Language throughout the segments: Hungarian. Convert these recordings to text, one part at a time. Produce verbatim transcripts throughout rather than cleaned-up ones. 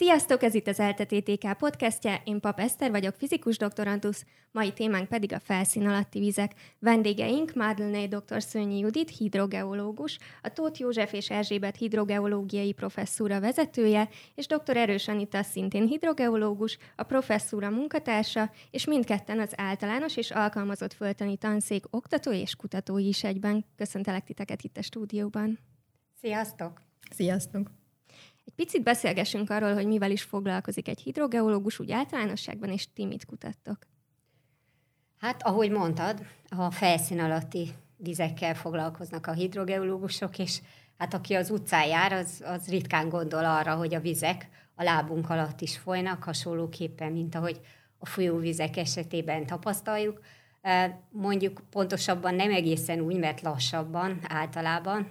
Sziasztok, ez itt az ELTE té té ká podcastje, én Pap Eszter vagyok, fizikus doktorandusz, mai témánk pedig a felszín alatti vizek. Vendégeink Madlené dr. Szőnyi Judit, hidrogeológus, a Tóth József és Erzsébet hidrogeológiai professzúra vezetője, és dr. Erős Anita, szintén hidrogeológus, a professzúra munkatársa, és mindketten az általános és alkalmazott földtani tanszék oktatói és kutatói is egyben. Köszöntelek titeket itt a stúdióban. Sziasztok! Sziasztok! Egy picit beszélgessünk arról, hogy mivel is foglalkozik egy hidrogeológus úgy általánosságban, és ti mit kutattok? Hát, ahogy mondtad, a felszín alatti vizekkel foglalkoznak a hidrogeológusok, és hát aki az utcán jár, az, az ritkán gondol arra, hogy a vizek a lábunk alatt is folynak, hasonlóképpen, mint ahogy a folyóvizek esetében tapasztaljuk. Mondjuk pontosabban nem egészen úgy, mert lassabban általában,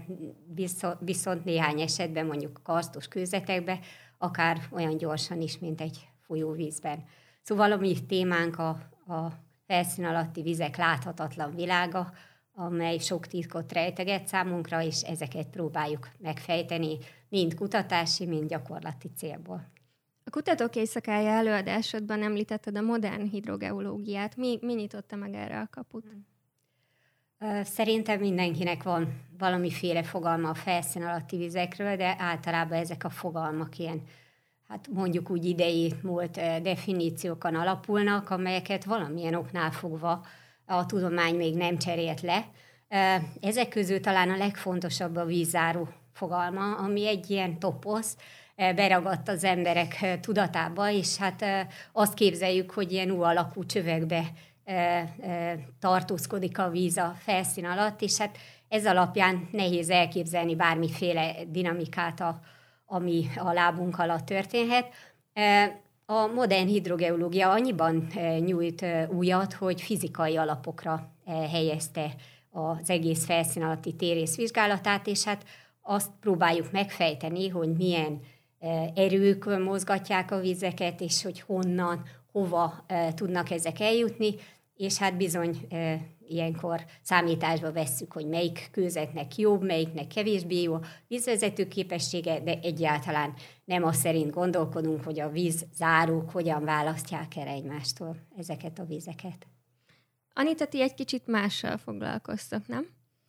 viszont néhány esetben mondjuk karsztos kőzetekben, akár olyan gyorsan is, mint egy folyóvízben. Szóval a mi témánk a, a felszín alatti vizek láthatatlan világa, amely sok titkot rejteget számunkra, és ezeket próbáljuk megfejteni, mind kutatási, mind gyakorlati célból. A Kutatók Éjszakája előadásodban említetted a modern hidrogeológiát. Mi, mi nyitotta meg erre a kaput? Szerintem mindenkinek van valamiféle fogalma a felszín alatti vizekről, de általában ezek a fogalmak ilyen, hát mondjuk úgy idei múlt definíciókon alapulnak, amelyeket valamilyen oknál fogva a tudomány még nem cserélt le. Ezek közül talán a legfontosabb a vízzáró fogalma, ami egy ilyen toposz, beragadt az emberek tudatába, és hát azt képzeljük, hogy ilyen U alakú csövekbe tartózkodik a víz a felszín alatt, és hát ez alapján nehéz elképzelni bármiféle dinamikát, a, ami a lábunk alatt történhet. A modern hidrogeológia annyiban nyújt újat, hogy fizikai alapokra helyezte az egész felszín alatti térrész vizsgálatát, és hát azt próbáljuk megfejteni, hogy milyen erők mozgatják a vizeket, és hogy honnan, hova tudnak ezek eljutni, és hát bizony ilyenkor számításba vesszük, hogy melyik kőzetnek jobb, melyiknek kevésbé jó vízvezető képessége, de egyáltalán nem azt szerint gondolkodunk, hogy a vízzárók hogyan választják el egymástól ezeket a vizeket. Anita, ti egy kicsit mással foglalkoztok, nem?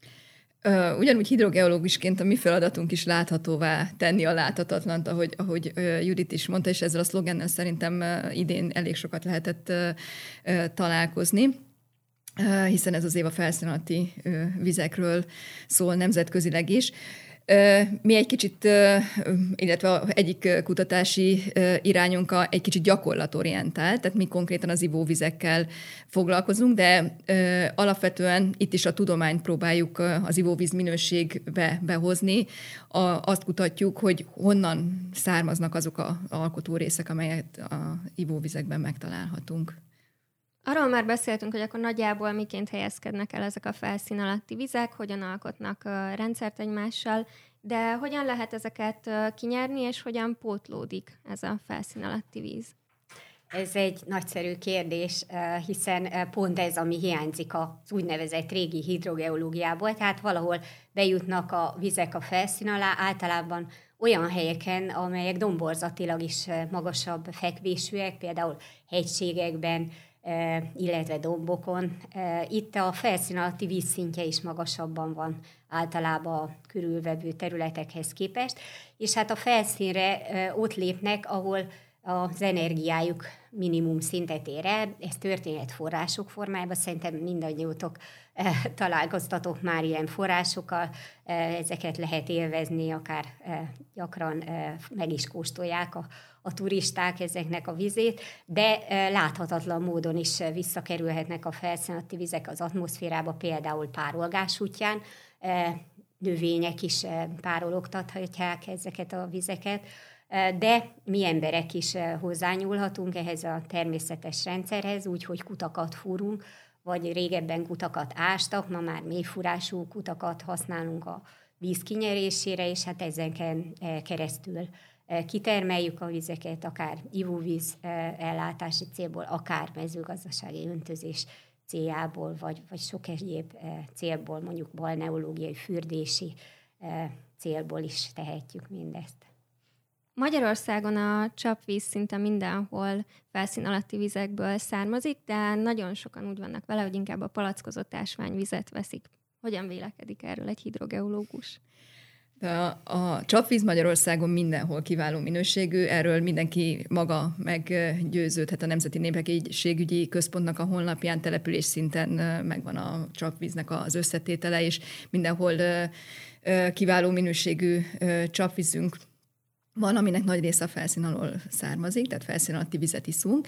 Uh, ugyanúgy hidrogeológusként a mi feladatunk is láthatóvá tenni a láthatatlant, ahogy, ahogy uh, Judit is mondta, és ezzel a szlogennel szerintem uh, idén elég sokat lehetett uh, uh, találkozni, uh, hiszen ez az év a felszín alatti uh, vizekről szól nemzetközileg is. Mi egy kicsit, illetve egyik kutatási irányunk egy kicsit gyakorlatorientált, tehát mi konkrétan az ivóvizekkel foglalkozunk, de alapvetően itt is a tudományt próbáljuk az ivóvíz minőségbe behozni. Azt kutatjuk, hogy honnan származnak azok az alkotórészek, amelyet a ivóvizekben megtalálhatunk. Arról már beszéltünk, hogy akkor nagyjából miként helyezkednek el ezek a felszín alatti vizek, hogyan alkotnak rendszert egymással, de hogyan lehet ezeket kinyerni, és hogyan pótlódik ez a felszín alatti víz? Ez egy nagyszerű kérdés, hiszen pont ez, ami hiányzik az úgynevezett régi hidrogeológiából, tehát valahol bejutnak a vizek a felszín alá, általában olyan helyeken, amelyek domborzatilag is magasabb fekvésűek, például hegységekben, illetve dombokon. Itt a felszín alatti vízszintje is magasabban van általában a körülvevő területekhez képest, és hát a felszínre ott lépnek, ahol az energiájuk minimum szintet ér el. Ez történhet források formájában, szerintem mindannyiótok találkoztatok már ilyen forrásokkal, ezeket lehet élvezni, akár gyakran meg is kóstolják a, a turisták ezeknek a vizét, de láthatatlan módon is visszakerülhetnek a felszín alatti vizek az atmoszférába, például párolgás útján, növények is párologtathatják ezeket a vizeket, de mi emberek is hozzányúlhatunk ehhez a természetes rendszerhez, úgyhogy kutakat fúrunk, vagy régebben kutakat ástak, ma már mélyfúrású kutakat használunk a víz kinyerésére, és hát ezen keresztül kitermeljük a vizeket, akár ivóvíz ellátási célból, akár mezőgazdasági öntözés céljából, vagy, vagy sok egyéb célból, mondjuk balneológiai fürdési célból is tehetjük mindezt. Magyarországon a csapvíz szinte mindenhol felszín alatti vizekből származik, de nagyon sokan úgy vannak vele, hogy inkább a palackozott ásványvizet veszik. Hogyan vélekedik erről egy hidrogeológus? De a, a csapvíz Magyarországon mindenhol kiváló minőségű, erről mindenki maga meggyőződhet. A Nemzeti Népegészségügyi Központnak a honlapján település szinten megvan a csapvíznek az összetétele, és mindenhol kiváló minőségű csapvízünk van, aminek nagy része a felszín alól származik, tehát felszín alatti vizet iszunk,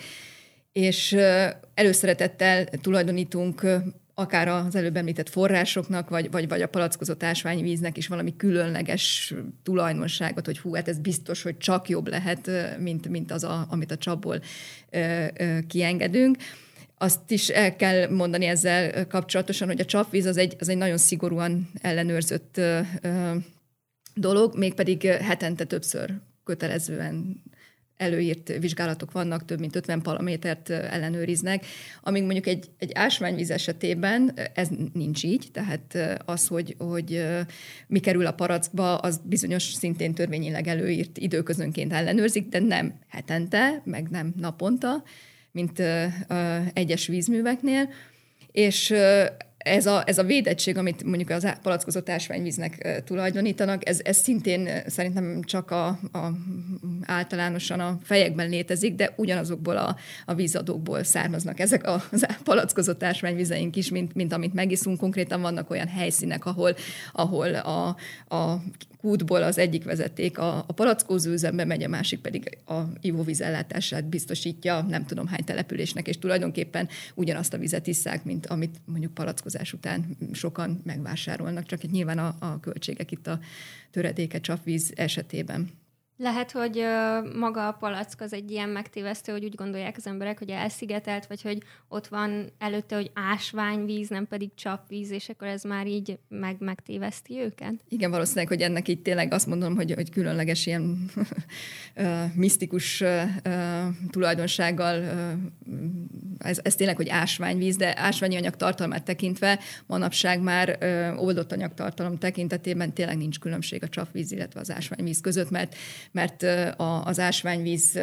és előszeretettel tulajdonítunk akár az előbb említett forrásoknak, vagy, vagy, vagy a palackozott ásványvíznek is valami különleges tulajdonságot, hogy hú, hát ez biztos, hogy csak jobb lehet, mint, mint az, a, amit a csapból ö, ö, kiengedünk. Azt is el kell mondani ezzel kapcsolatosan, hogy a csapvíz az egy, az egy nagyon szigorúan ellenőrzött ö, ö, dolog, mégpedig hetente többször kötelezően előírt vizsgálatok vannak, több mint ötven paramétert ellenőriznek, amíg mondjuk egy, egy ásványvíz esetében ez nincs így, tehát az, hogy, hogy mi kerül a palackba, az bizonyos szintén törvényileg előírt időközönként ellenőrzik, de nem hetente, meg nem naponta, mint egyes vízműveknél, és Ez a, ez a védettség, amit mondjuk az palackozott ásványvíznek tulajdonítanak, ez, ez szintén szerintem csak a, a, általánosan a fejekben létezik, de ugyanazokból a, a vízadókból származnak ezek a, az palackozott ásványvizeink is, mint, mint amit megiszunk. Konkrétan vannak olyan helyszínek, ahol, ahol a, a kútból az egyik vezeték a, a palackózó üzembe megy, a másik pedig a ivóvíz ellátását biztosítja nem tudom hány településnek, és tulajdonképpen ugyanazt a vizet isszák, mint amit mondjuk palackozás után sokan megvásárolnak, csak itt nyilván a, a költségek itt a töredéke csapvíz esetében. Lehet, hogy maga a palack az egy ilyen megtévesztő, hogy úgy gondolják az emberek, hogy elszigetelt, vagy hogy ott van előtte, hogy ásványvíz, nem pedig csapvíz, és akkor ez már így meg megtéveszti őket? Igen, valószínűleg, hogy ennek itt tényleg azt mondom, hogy, hogy különleges ilyen misztikus tulajdonsággal, ez, ez tényleg, hogy ásványvíz, de ásványi anyag tartalmát tekintve manapság már oldott anyagtartalom tekintetében tényleg nincs különbség a csapvíz, illetve az ásványvíz között, mert mert az ásványvíz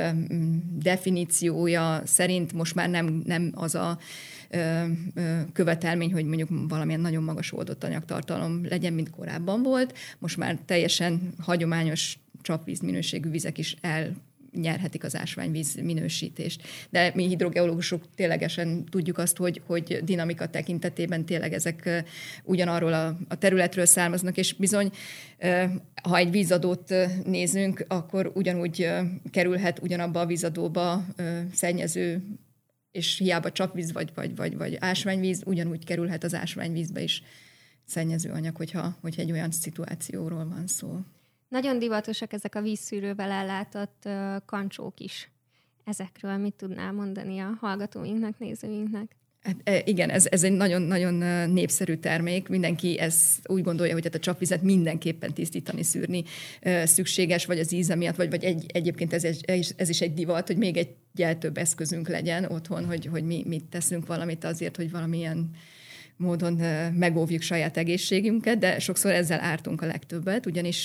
definíciója szerint most már nem, nem az a követelmény, hogy mondjuk valamilyen nagyon magas oldott anyagtartalom legyen, mint korábban volt. Most már teljesen hagyományos csapvíz minőségű vizek is el nyerhetik az ásványvíz minősítést. De mi hidrogeológusok ténylegesen tudjuk azt, hogy, hogy dinamika tekintetében tényleg ezek ugyanarról a, a területről származnak, és bizony, ha egy vízadót nézünk, akkor ugyanúgy kerülhet ugyanabba a vízadóba szennyező, és hiába csapvíz vagy, vagy, vagy, vagy ásványvíz, ugyanúgy kerülhet az ásványvízbe is szennyező anyag, hogyha, hogyha egy olyan szituációról van szó. Nagyon divatosak ezek a vízszűrővel ellátott uh, kancsók is. Ezekről mit tudnál mondani a hallgatóinknak, nézőinknek? Hát, igen, ez, ez egy nagyon-nagyon népszerű termék. Mindenki ezt úgy gondolja, hogy hát a csapvizet mindenképpen tisztítani, szűrni szükséges, vagy az íze miatt, vagy, vagy egy, egyébként ez, ez is egy divat, hogy még egyel több eszközünk legyen otthon, hogy, hogy mi mit teszünk valamit azért, hogy valamilyen módon megóvjuk saját egészségünket, de sokszor ezzel ártunk a legtöbbet, ugyanis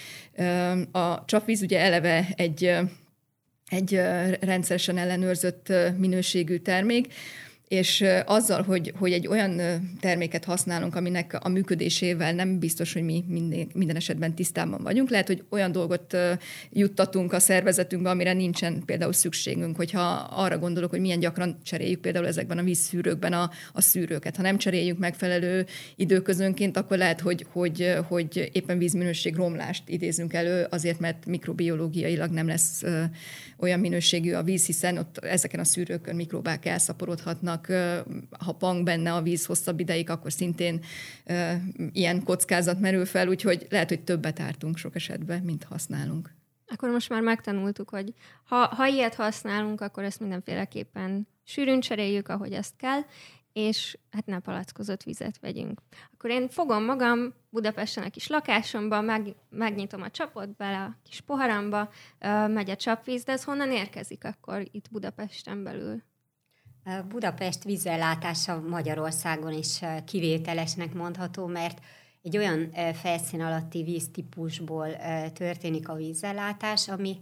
a csapvíz ugye eleve egy, egy rendszeresen ellenőrzött minőségű termék, és azzal, hogy, hogy egy olyan terméket használunk, aminek a működésével nem biztos, hogy mi minden, minden esetben tisztában vagyunk. Lehet, hogy olyan dolgot juttatunk a szervezetünkbe, amire nincsen például szükségünk, hogyha arra gondolok, hogy milyen gyakran cseréljük például ezekben a vízszűrőkben a, a szűrőket. Ha nem cseréljük megfelelő időközönként, akkor lehet, hogy, hogy, hogy éppen vízminőség romlást idézünk elő, azért, mert mikrobiológiailag nem lesz olyan minőségű a víz, hiszen ott ezeken a szűrőkön mikrobák elszaporodhatnak. Ha pang benne a víz hosszabb ideig, akkor szintén uh, ilyen kockázat merül fel, úgyhogy lehet, hogy többet ártunk sok esetben, mint használunk. Akkor most már megtanultuk, hogy ha, ha ilyet használunk, akkor ezt mindenféleképpen sűrűn cseréljük, ahogy ezt kell, és hát ne palackozott vizet vegyünk. Akkor én fogom magam Budapesten a kis lakásomba, meg, megnyitom a csapot bele a kis poharamba, uh, megy a csapvíz, de ez honnan érkezik akkor itt Budapesten belül? Budapest vízellátása Magyarországon is kivételesnek mondható, mert egy olyan felszín alatti víztípusból történik a vízellátás, ami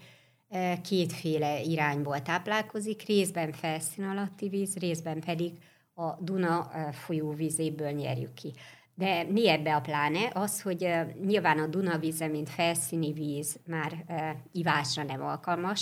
kétféle irányból táplálkozik, részben felszín alatti víz, részben pedig a Duna folyóvízéből nyerjük ki. De mi ebbe a pláne? Az, hogy nyilván a Duna víze, mint felszíni víz már ivásra nem alkalmas,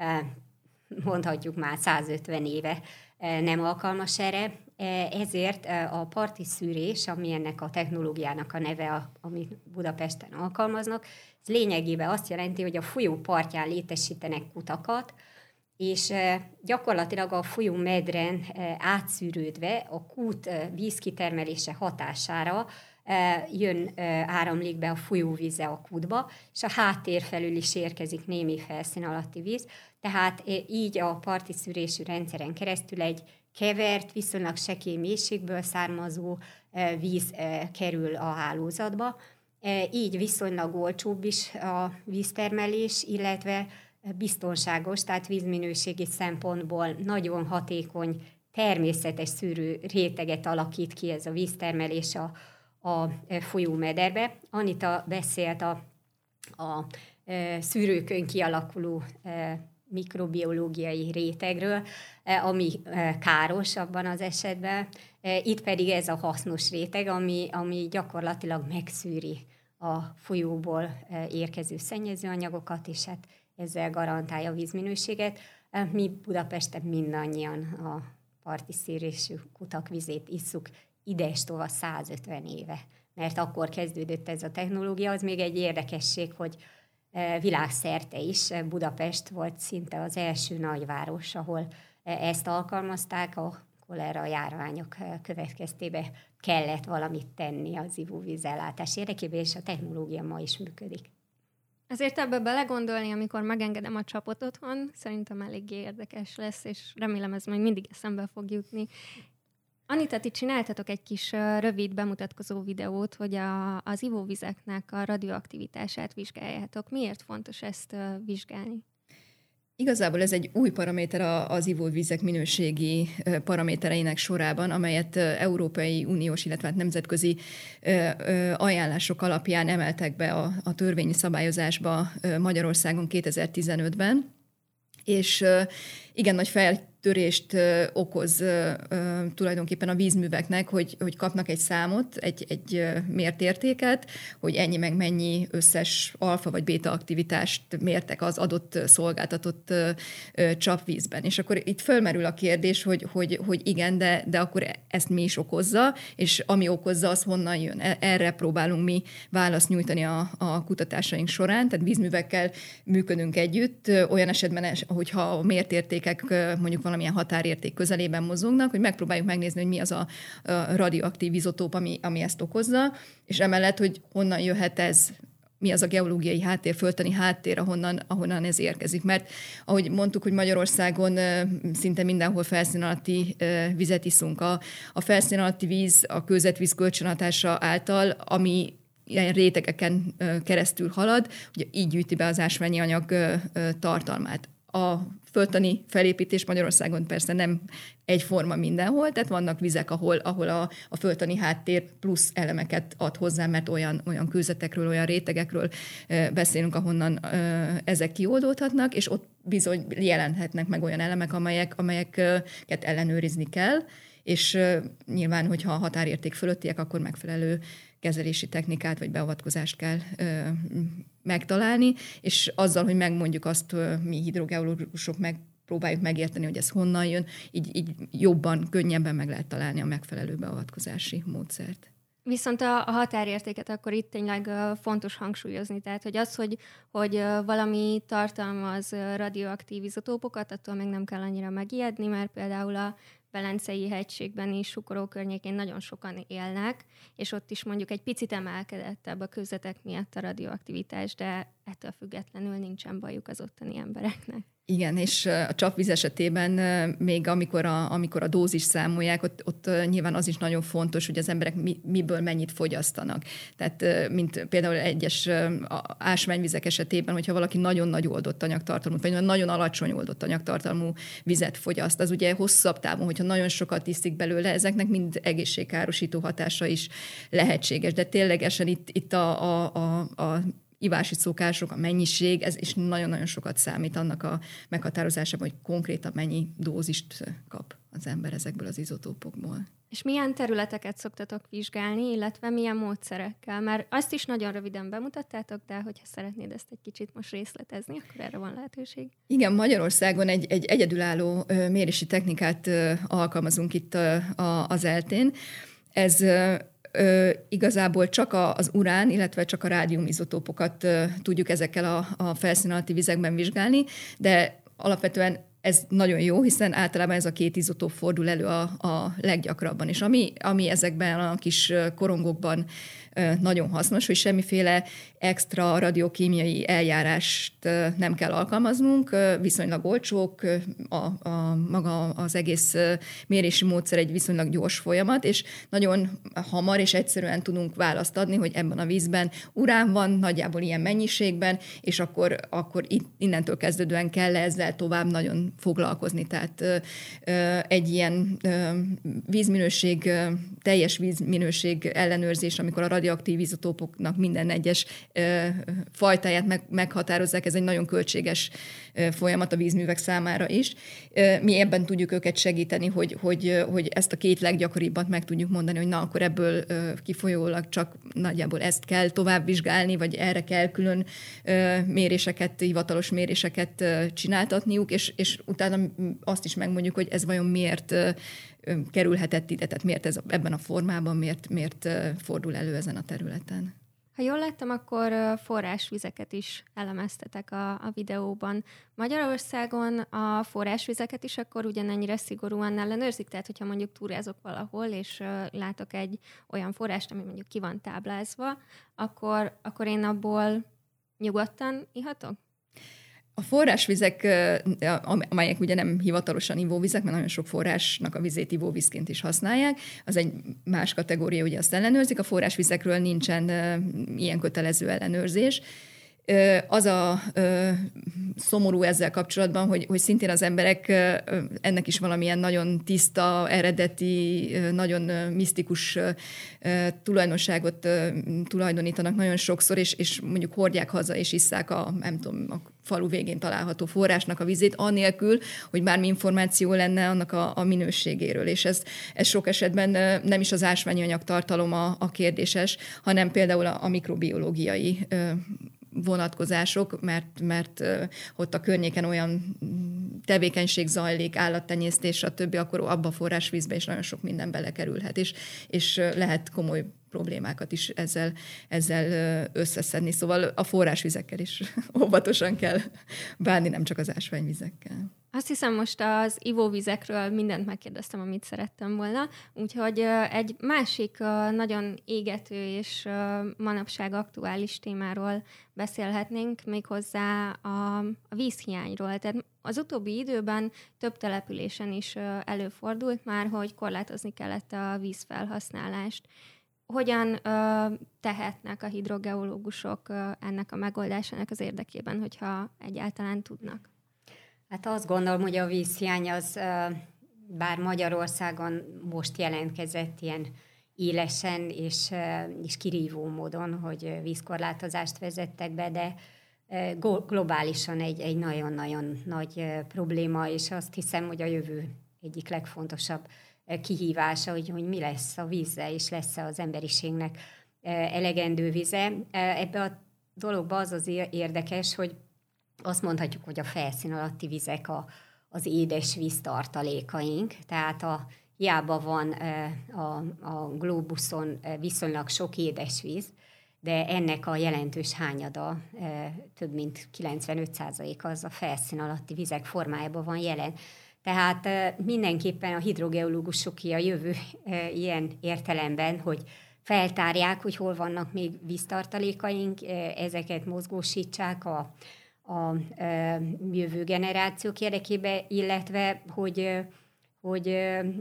mondhatjuk már százötven éve nem alkalmas erre, ezért a parti szűrés, ami ennek a technológiának a neve, amit Budapesten alkalmaznak, ez lényegében azt jelenti, hogy a folyó partján létesítenek kutakat, és gyakorlatilag a folyó medren átszűrődve a kút vízkitermelése hatására jön, áramlik be a folyóvíze a kútba, és a háttér felül is érkezik némi felszín alatti víz, tehát így a parti szűrésű rendszeren keresztül egy kevert, viszonylag sekély mélységből származó víz kerül a hálózatba. Így viszonylag olcsóbb is a víztermelés, illetve biztonságos, tehát vízminőségi szempontból nagyon hatékony, természetes szűrő réteget alakít ki ez a víztermelés a, a folyómederbe. Anita beszélt a, a szűrőkön kialakuló mikrobiológiai rétegről, ami káros abban az esetben. Itt pedig ez a hasznos réteg, ami, ami gyakorlatilag megszűri a folyóból érkező szennyezőanyagokat, és hát ezzel garantálja a vízminőséget. Mi Budapesten mindannyian a parti szűrésű kutak vizét isszuk idestova százötven éve, mert akkor kezdődött ez a technológia. Az még egy érdekesség, hogy világszerte is Budapest volt szinte az első nagyváros, ahol ezt alkalmazták, a kolera járványok következtében kellett valamit tenni az ivóvízellátás érdekében, és a technológia ma is működik. Azért ebbe belegondolni, amikor megengedem a csapot otthon, szerintem eléggé érdekes lesz, és remélem ez majd mindig eszembe fog jutni. Anita, ti csináltatok egy kis rövid bemutatkozó videót, hogy a, az ivóvizeknek a radioaktivitását vizsgáljátok. Miért fontos ezt vizsgálni? Igazából ez egy új paraméter az ivóvizek minőségi paramétereinek sorában, amelyet Európai Uniós, illetve nemzetközi ajánlások alapján emeltek be a, a törvényi szabályozásba Magyarországon kétezer-tizenötben, és igen nagy feltörést okoz tulajdonképpen a vízműveknek, hogy, hogy kapnak egy számot, egy, egy mért értéket, hogy ennyi meg mennyi összes alfa vagy béta aktivitást mértek az adott szolgáltatott csapvízben. És akkor itt fölmerül a kérdés, hogy, hogy, hogy igen, de, de akkor ezt mi is okozza, és ami okozza, az honnan jön. Erre próbálunk mi választ nyújtani a, a kutatásaink során, tehát vízművekkel működünk együtt, olyan esetben, hogyha a mért értékek mondjuk valamilyen határérték közelében mozognak, hogy megpróbáljuk megnézni, hogy mi az a, a radioaktív izotóp, ami, ami ezt okozza, és emellett, hogy honnan jöhet ez, mi az a geológiai háttér, földtani háttér, ahonnan, ahonnan ez érkezik. Mert ahogy mondtuk, hogy Magyarországon szinte mindenhol felszín alatti vizet iszunk. A, a felszín alatti víz a kőzetvíz kölcsönhatása által, ami ilyen rétegeken keresztül halad, ugye így gyűjti be az ásványi anyag tartalmát. A földtani felépítés Magyarországon persze nem egyforma mindenhol, tehát vannak vizek, ahol, ahol a, a földtani háttér plusz elemeket ad hozzá, mert olyan, olyan kőzetekről, olyan rétegekről e, beszélünk, ahonnan e, ezek kioldódhatnak, és ott bizony jelenhetnek meg olyan elemek, amelyek, amelyeket ellenőrizni kell, és e, nyilván, hogyha a határérték fölöttiek, akkor megfelelő kezelési technikát vagy beavatkozást kell ö, megtalálni, és azzal, hogy megmondjuk azt, mi hidrogeológusok megpróbáljuk megérteni, hogy ez honnan jön, így, így jobban, könnyebben meg lehet találni a megfelelő beavatkozási módszert. Viszont a, a határértéket akkor itt tényleg uh, fontos hangsúlyozni, tehát hogy az, hogy, hogy uh, valami tartalmaz uh, radioaktív izotópokat, attól meg nem kell annyira megijedni, mert például a Velencei hegységben is, Sukoró környékén nagyon sokan élnek, és ott is mondjuk egy picit emelkedettebb a kőzetek miatt a radioaktivitás, de ettől függetlenül nincsen bajuk az ottani embereknek. Igen, és a csapvíz esetében még amikor a, amikor a dózis számolják, ott, ott nyilván az is nagyon fontos, hogy az emberek mi, miből mennyit fogyasztanak. Tehát mint például egyes ásványvizek esetében, hogyha valaki nagyon nagy oldott anyagtartalmú, vagy nagyon alacsony oldott anyagtartalmú vizet fogyaszt, az ugye hosszabb távon, hogyha nagyon sokat iszik belőle, ezeknek mind egészségkárosító hatása is lehetséges. De ténylegesen itt, itt a, a, a, a ivási szokások, a mennyiség, ez is nagyon-nagyon sokat számít annak a meghatározásában, hogy konkrétan mennyi dózist kap az ember ezekből az izotópokból. És milyen területeket szoktatok vizsgálni, illetve milyen módszerekkel? Mert azt is nagyon röviden bemutattátok, de hogyha szeretnéd ezt egy kicsit most részletezni, akkor erre van lehetőség. Igen, Magyarországon egy, egy egyedülálló mérési technikát alkalmazunk itt az eltén. Ez Ö, igazából csak a, az urán, illetve csak a rádium izotópokat ö, tudjuk ezekkel a, a felszín alatti vizekben vizsgálni, de alapvetően ez nagyon jó, hiszen általában ez a két izotóp fordul elő a, a leggyakrabban. És ami, ami ezekben a kis korongokban nagyon hasznos, hogy semmiféle extra radiokémiai eljárást nem kell alkalmaznunk, viszonylag olcsók, a, a, maga az egész mérési módszer egy viszonylag gyors folyamat, és nagyon hamar és egyszerűen tudunk választ adni, hogy ebben a vízben urán van, nagyjából ilyen mennyiségben, és akkor, akkor innentől kezdődően kell ezzel tovább nagyon foglalkozni. Tehát egy ilyen vízminőség, teljes vízminőség ellenőrzés, amikor a radioaktív izotópoknak minden egyes ö, fajtáját meg, meghatározzák, ez egy nagyon költséges ö, folyamat a vízművek számára is. Ö, mi ebben tudjuk őket segíteni, hogy, hogy, hogy ezt a két leggyakoribbat meg tudjuk mondani, hogy na, akkor ebből ö, kifolyólag csak nagyjából ezt kell tovább vizsgálni, vagy erre kell külön ö, méréseket, hivatalos méréseket ö, csináltatniuk, és, és utána azt is megmondjuk, hogy ez vajon miért ö, kerülhetett ide, tehát miért ez ebben a formában, miért, miért fordul elő ezen a területen. Ha jól láttam, akkor forrásvizeket is elemeztetek a, a videóban. Magyarországon a forrásvizeket is akkor ugyanennyire szigorúan ellenőrzik? Tehát, hogyha mondjuk túrázok valahol, és látok egy olyan forrást, ami mondjuk ki van táblázva, akkor, akkor én abból nyugodtan ihatok? A forrásvizek, amelyek ugye nem hivatalosan ivóvizek, mert nagyon sok forrásnak a vizét ivóvízként is használják, az egy más kategória, ugye azt ellenőrzik. A forrásvizekről nincsen ilyen kötelező ellenőrzés. Az a ö, szomorú ezzel kapcsolatban, hogy, hogy szintén az emberek ö, ennek is valamilyen nagyon tiszta, eredeti, ö, nagyon ö, misztikus ö, tulajdonságot ö, tulajdonítanak nagyon sokszor, és, és mondjuk hordják haza, és isszák a, nem tudom, a falu végén található forrásnak a vizét, anélkül, hogy bármi információ lenne annak a, a minőségéről. És ez, ez sok esetben nem is az ásványi anyagtartalom a, a kérdéses, hanem például a, a mikrobiológiai ö, vonatkozások, mert, mert ott a környéken olyan tevékenység zajlik, állattenyésztés, stb., akkor abba a forrásvízbe is nagyon sok minden belekerülhet, és, és lehet komoly problémákat is ezzel, ezzel összeszedni. Szóval a forrásvizekkel is óvatosan kell bánni, nem csak az ásványvizekkel. Azt hiszem, most az ivóvizekről mindent megkérdeztem, amit szerettem volna, úgyhogy egy másik nagyon égető és manapság aktuális témáról beszélhetnénk, méghozzá a, a vízhiányról. Tehát az utóbbi időben több településen is előfordult már, hogy korlátozni kellett a vízfelhasználást. Hogyan ö, tehetnek a hidrogeológusok ö, ennek a megoldásának az érdekében, hogyha egyáltalán tudnak? Hát azt gondolom, hogy a vízhiány az, bár Magyarországon most jelentkezett ilyen élesen és, és kirívó módon, hogy vízkorlátozást vezettek be, de globálisan egy, egy nagyon-nagyon nagy probléma, és azt hiszem, hogy a jövő egyik legfontosabb kihívása, hogy, hogy mi lesz a vízzel, és lesz-e az emberiségnek elegendő vize. Ebbe a dologba az az érdekes, hogy azt mondhatjuk, hogy a felszín alatti vizek a, az édesvíz tartalékaink, tehát a, hiába van a, a glóbuszon viszonylag sok édesvíz, de ennek a jelentős hányada, több mint kilencvenöt százalék az a felszín alatti vizek formájában van jelen. Tehát mindenképpen a hidrogeológusoké a jövő ilyen értelemben, hogy feltárják, hogy hol vannak még víztartalékaink, ezeket mozgósítsák a, a jövő generációk érdekében, illetve hogy, hogy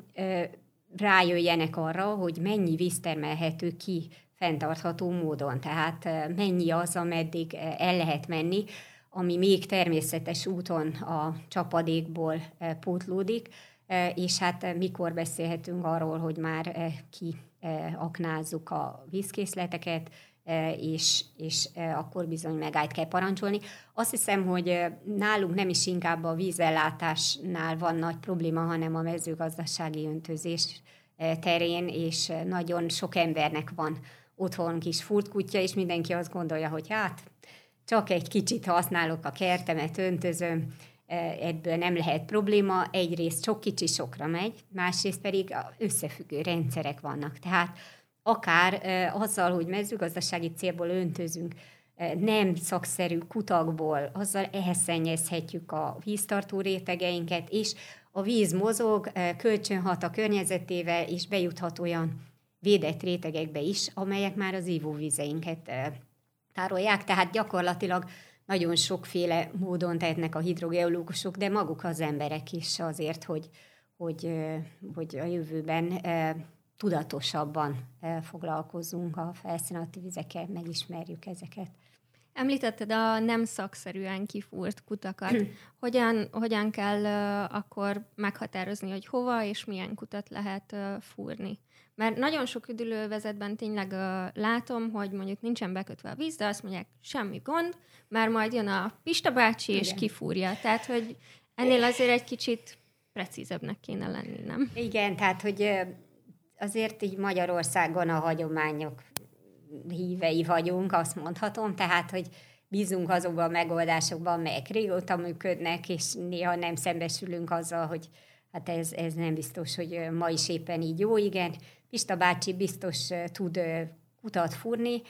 rájöjjenek arra, hogy mennyi víz termelhető ki fenntartható módon. Tehát mennyi az, ameddig el lehet menni, ami még természetes úton a csapadékból pótlódik, és hát mikor beszélhetünk arról, hogy már kiaknázzuk a vízkészleteket, és, és akkor bizony megállt kell parancsolni. Azt hiszem, hogy nálunk nem is inkább a vízellátásnál van nagy probléma, hanem a mezőgazdasági öntözés terén, és nagyon sok embernek van otthon kis furtkutya, és mindenki azt gondolja, hogy hát csak egy kicsit használok a kertemet, öntözöm, ebből nem lehet probléma. Egyrészt sok kicsi sokra megy, másrészt pedig összefüggő rendszerek vannak. Tehát akár azzal, hogy mezőgazdasági célból öntözünk, nem szakszerű kutakból, azzal elszennyezhetjük a víztartó rétegeinket, és a víz mozog, kölcsönhat a környezetével, és bejuthat olyan védett rétegekbe is, amelyek már az ivóvizeinket tárolják. Tehát gyakorlatilag nagyon sokféle módon tehetnek a hidrogeológusok, de maguk az emberek is azért, hogy, hogy, hogy a jövőben tudatosabban foglalkozzunk a felszín alatti vizekkel, megismerjük ezeket. Említetted a nem szakszerűen kifúrt kutakat. Hogyan, hogyan kell uh, akkor meghatározni, hogy hova és milyen kutat lehet uh, fúrni? Mert nagyon sok üdülővezetben tényleg uh, látom, hogy mondjuk nincsen bekötve a víz, de azt mondják, semmi gond, már majd jön a Pista bácsi és Igen. kifúrja. Tehát, hogy ennél azért egy kicsit precízebbnek kéne lenni, nem? Igen, tehát, hogy azért így Magyarországon a hagyományok hívei vagyunk, azt mondhatom, tehát, hogy bízunk azokban a megoldásokban, amelyek régóta működnek, és néha nem szembesülünk azzal, hogy hát ez, ez nem biztos, hogy ma is éppen így jó. Igen, Pista bácsi biztos tud kutat fúrni,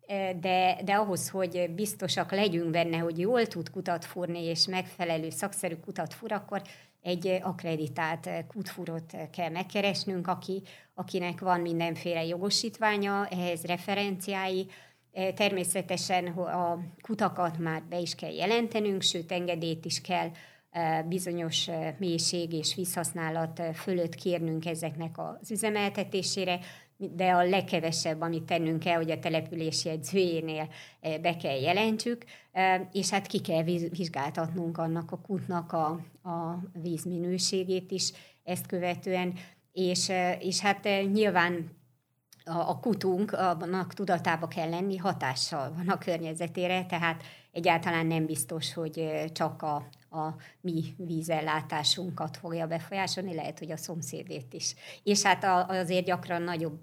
de, de ahhoz, hogy biztosak legyünk benne, hogy jól tud kutat fúrni, és megfelelő szakszerű kutat fúr, akkor egy akkreditált kútfúrót kell megkeresnünk, aki, akinek van mindenféle jogosítványa, ehhez referenciái. Természetesen a kutakat már be is kell jelentenünk, sőt engedélyt is kell bizonyos mélység és vízhasználat fölött kérnünk ezeknek az üzemeltetésére, de a legkevesebb, amit tennünk kell, hogy a települési jegyzőjénél be kell jelentsük, és hát ki kell vizsgáltatnunk annak a kútnak a, a vízminőségét is ezt követően, és, és hát nyilván a, a kutunknak tudatába kell lenni, hatással van a környezetére, tehát egyáltalán nem biztos, hogy csak a, a mi vízellátásunkat fogja befolyásolni, lehet, hogy a szomszédét is. És hát azért gyakran nagyobb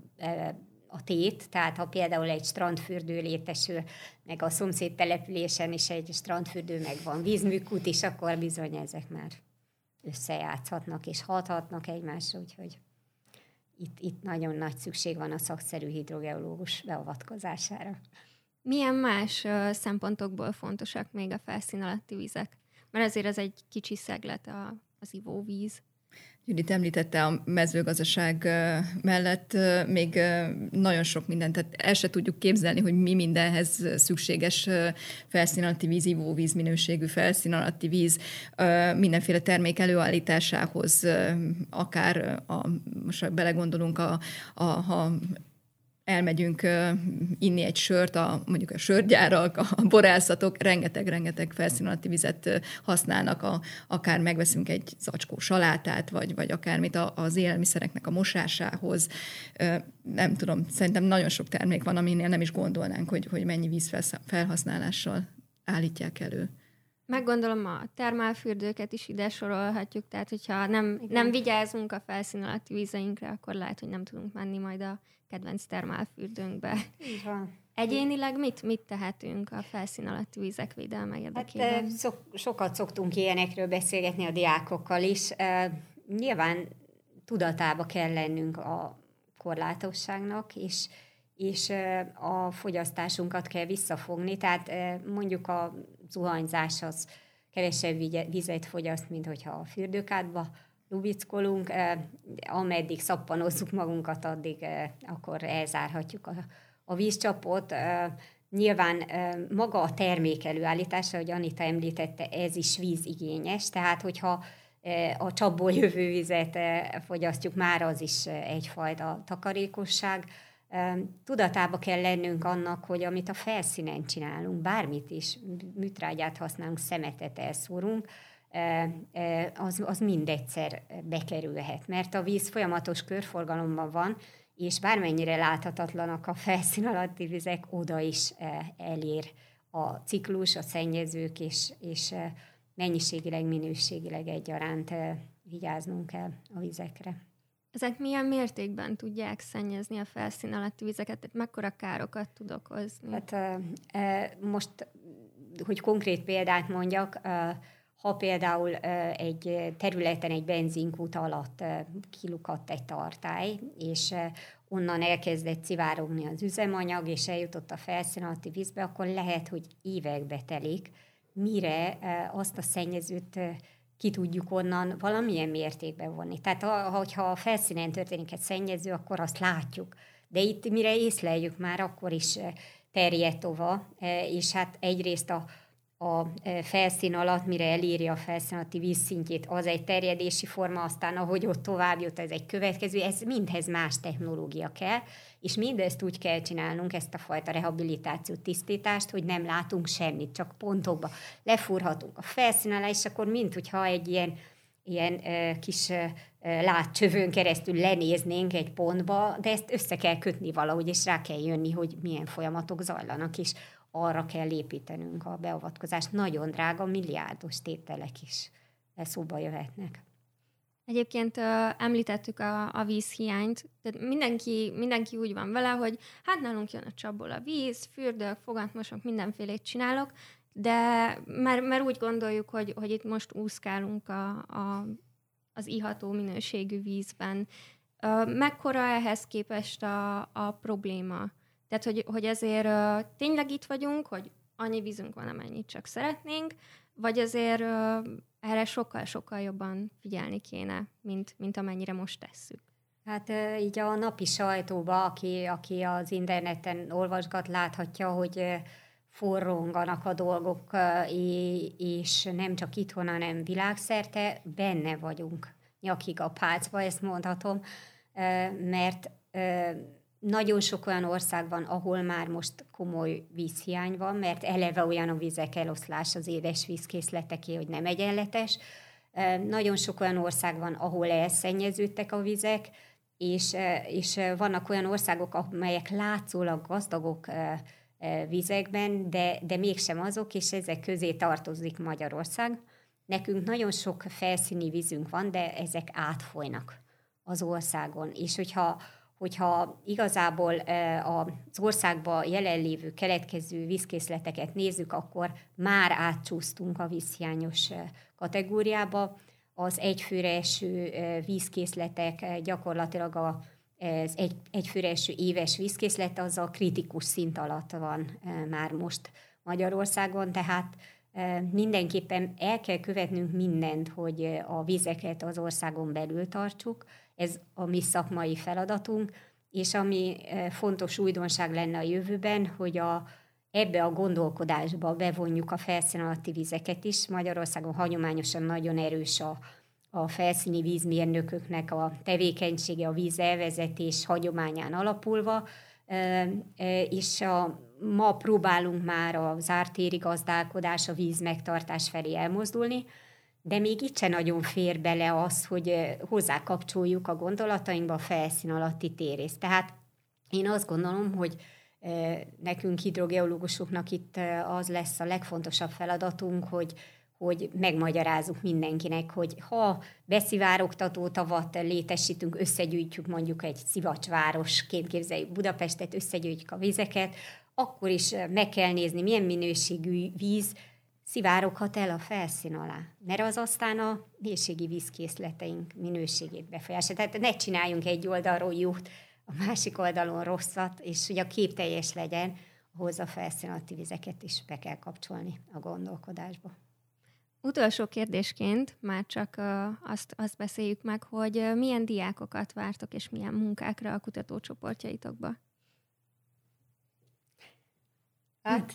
a tét, tehát ha például egy strandfürdő létesül, meg a szomszéd településen is egy strandfürdő, meg van vízműkút is, akkor bizony ezek már összejátszhatnak és hathatnak egymásra, úgyhogy itt, itt nagyon nagy szükség van a szakszerű hidrogeológus beavatkozására. Milyen más uh, szempontokból fontosak még a felszín alatti vizek? Mert azért ez egy kicsi szeglet a, az ivóvíz. Judit említette a mezőgazdaság mellett még nagyon sok mindent, tehát el se tudjuk képzelni, hogy mi mindenhez szükséges felszín alatti víz, ivóvíz minőségű felszín alatti víz, mindenféle termék előállításához, akár a, most belegondolunk, a, a, ha elmegyünk uh, inni egy sört, a, mondjuk a sörgyárak, a borászatok, rengeteg-rengeteg felszín alatti vizet uh, használnak, a, akár megveszünk egy zacskó salátát, vagy, vagy akármit a, az élelmiszereknek a mosásához. Uh, nem tudom, szerintem nagyon sok termék van, aminél nem is gondolnánk, hogy, hogy mennyi vízfelhasználással állítják elő. Meggondolom, a termálfürdőket is ide sorolhatjuk, tehát hogyha nem, nem vigyázunk a felszín alatti vízeinkre, akkor lehet, hogy nem tudunk menni majd a kedvenc termálfürdőnkbe. Így van. Egyénileg mit, mit tehetünk a felszín alatti vízek védelme érdekében? Hát szok, sokat szoktunk ilyenekről beszélgetni a diákokkal is. Nyilván tudatába kell lennünk a korlátosságnak, és, és a fogyasztásunkat kell visszafogni. Tehát mondjuk a zuhanyzás az kevesebb vizet fogyaszt, mint hogyha a fürdőkádba lubickolunk, ameddig szappanozzuk magunkat, addig akkor elzárhatjuk a, a vízcsapot, Nyilván maga a termék előállítása, ahogy Anita említette, ez is vízigényes, tehát hogyha a csapból jövő vizet fogyasztjuk, már az is egyfajta takarékosság. Tudatába kell lennünk annak, hogy amit a felszínen csinálunk, bármit is, műtrágyát használunk, szemetet elszórunk, az, az mindegszer bekerülhet, mert a víz folyamatos körforgalomban van, és bármennyire láthatatlanak a felszín alatti vizek, oda is elér a ciklus, a szennyezők, és, és mennyiségileg, minőségileg egyaránt vigyáznunk kell a vizekre. Ezek milyen mértékben tudják szennyezni a felszín alatti vizeket? Tehát mekkora károkat tud okozni? Hát, most, hogy konkrét példát mondjak, ha például egy területen, egy benzinkút alatt kilukadt egy tartály, és onnan elkezdett szivárogni az üzemanyag, és eljutott a felszín alatti vízbe, akkor lehet, hogy évekbe telik, mire azt a szennyezőt ki tudjuk onnan valamilyen mértékben vonni. Tehát ha a felszínen történik egy szennyező, akkor azt látjuk. De itt mire észleljük, már akkor is terjed tova, és hát egyrészt a a felszín alatt, mire eléri a felszín alatti vízszintjét, az egy terjedési forma, aztán ahogy ott tovább jut, ez egy következő, ez mindhez más technológia kell, és mindezt úgy kell csinálnunk, ezt a fajta rehabilitációt, tisztítást, hogy nem látunk semmit, csak pontokba lefúrhatunk a felszín alá, és akkor mint hogyha egy ilyen, ilyen uh, kis uh, látcsövön keresztül lenéznénk egy pontba, de ezt össze kell kötni valahogy, és rá kell jönni, hogy milyen folyamatok zajlanak, és arra kell építenünk a beavatkozást. Nagyon drága, milliárdos tételek is szóba jöhetnek. Egyébként uh, említettük a, a vízhiányt, tehát mindenki, mindenki úgy van vele, hogy hát nálunk jön a csapból a víz, fürdök, fogatmosok, mindenfélét csinálok, de mert, mert úgy gondoljuk, hogy, hogy itt most úszkálunk a, a, az iható minőségű vízben. Uh, mekkora ehhez képest a, a probléma? Tehát, hogy, hogy ezért uh, tényleg itt vagyunk, hogy annyi vízünk van, amennyit csak szeretnénk, vagy azért uh, erre sokkal-sokkal jobban figyelni kéne, mint, mint amennyire most tesszük. Hát uh, így a napi sajtóban, aki, aki az interneten olvasgat, láthatja, hogy uh, forronganak a dolgok, uh, és nem csak itthon, hanem világszerte, benne vagyunk nyakig a pálcba, ezt mondhatom, uh, mert uh, nagyon sok olyan ország van, ahol már most komoly vízhiány van, mert eleve olyan a vizek eloszlás az édes vízkészleteké, hogy nem egyenletes. Nagyon sok olyan ország van, ahol elszennyeződtek a vizek, és, és vannak olyan országok, amelyek látszólag gazdagok vizekben, de, de mégsem azok, és ezek közé tartozik Magyarország. Nekünk nagyon sok felszíni vízünk van, de ezek átfolynak az országon. És hogyha hogyha igazából az országban jelenlévő keletkező vízkészleteket nézzük, akkor már átcsúsztunk a vízhiányos kategóriába. Az egyfőre eső vízkészletek gyakorlatilag az egy, egyfőre eső éves vízkészlet az a kritikus szint alatt van már most Magyarországon, tehát mindenképpen el kell követnünk mindent, hogy a vizeket az országon belül tartsuk. Ez a mi szakmai feladatunk, és ami fontos újdonság lenne a jövőben, hogy a, ebbe a gondolkodásba bevonjuk a felszín alatti vizeket is. Magyarországon hagyományosan nagyon erős a, a felszíni vízmérnököknek a tevékenysége, a vízelvezetés hagyományán alapulva, és a, ma próbálunk már a zárt téri gazdálkodás, a víz megtartás felé elmozdulni, de még itt se nagyon fér bele az, hogy hozzákapcsoljuk a gondolatainkba a felszín alatti térészt. Tehát én azt gondolom, hogy nekünk hidrogeológusoknak itt az lesz a legfontosabb feladatunk, hogy, hogy megmagyarázzuk mindenkinek, hogy ha beszivárogtató tavat létesítünk, összegyűjtjük mondjuk egy szivacsvárosként, képzeljük Budapestet, összegyűjtjük a vizeket, akkor is meg kell nézni, milyen minőségű víz szivároghat el a felszín alá, mert az aztán a mélységi vízkészleteink minőségét befolyásolja. Tehát ne csináljunk egy oldalról jót, a másik oldalon rosszat, és hogy a kép teljes legyen, ahhoz a felszín alatti vizeket is be kell kapcsolni a gondolkodásba. Utolsó kérdésként már csak uh, azt, azt beszéljük meg, hogy uh, milyen diákokat vártok, és milyen munkákra a kutatócsoportjaitokba? Hát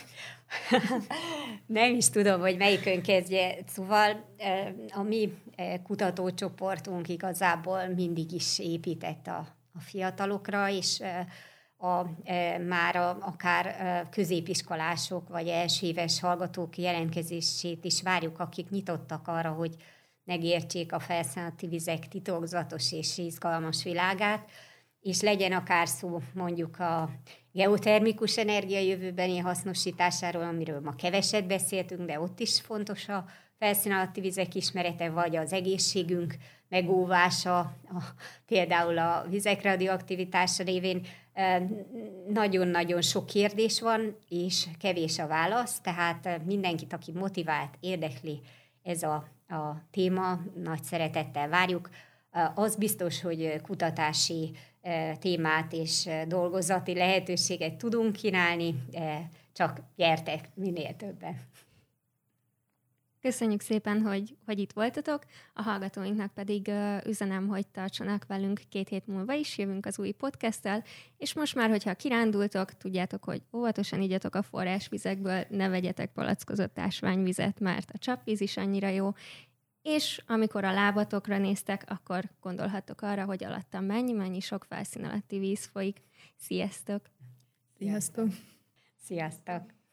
nem is tudom, hogy melyikön kezdje. Szóval a mi kutatócsoportunk igazából mindig is épített a, a fiatalokra, és a, már a, akár középiskolások vagy elsőéves hallgatók jelentkezését is várjuk, akik nyitottak arra, hogy megértsék a felszínalatti vizek titokzatos és izgalmas világát, és legyen akár szó mondjuk a geotermikus energia jövőbeni hasznosításáról, amiről ma keveset beszéltünk, de ott is fontos a felszín alatti vizek ismerete, vagy az egészségünk megóvása, a, például a vizek radioaktivitása révén. Nagyon-nagyon sok kérdés van, és kevés a válasz, tehát mindenkit, aki motivált, érdekli ez a, a téma, nagy szeretettel várjuk. Az biztos, hogy kutatási témát és dolgozati lehetőséget tudunk kínálni, csak gyertek minél többen. Köszönjük szépen, hogy, hogy itt voltatok, a hallgatóinknak pedig uh, üzenem, hogy tartsanak velünk két hét múlva is, jövünk az új podcasttel, és most már, hogyha kirándultok, tudjátok, hogy óvatosan igyatok a forrásvizekből, ne vegyetek palackozott ásványvizet, mert a csapvíz is annyira jó, és amikor a lábatokra néztek, akkor gondolhattok arra, hogy alattam mennyi-mennyi sok felszín alatti víz folyik. Sziasztok! Sziasztok! Sziasztok!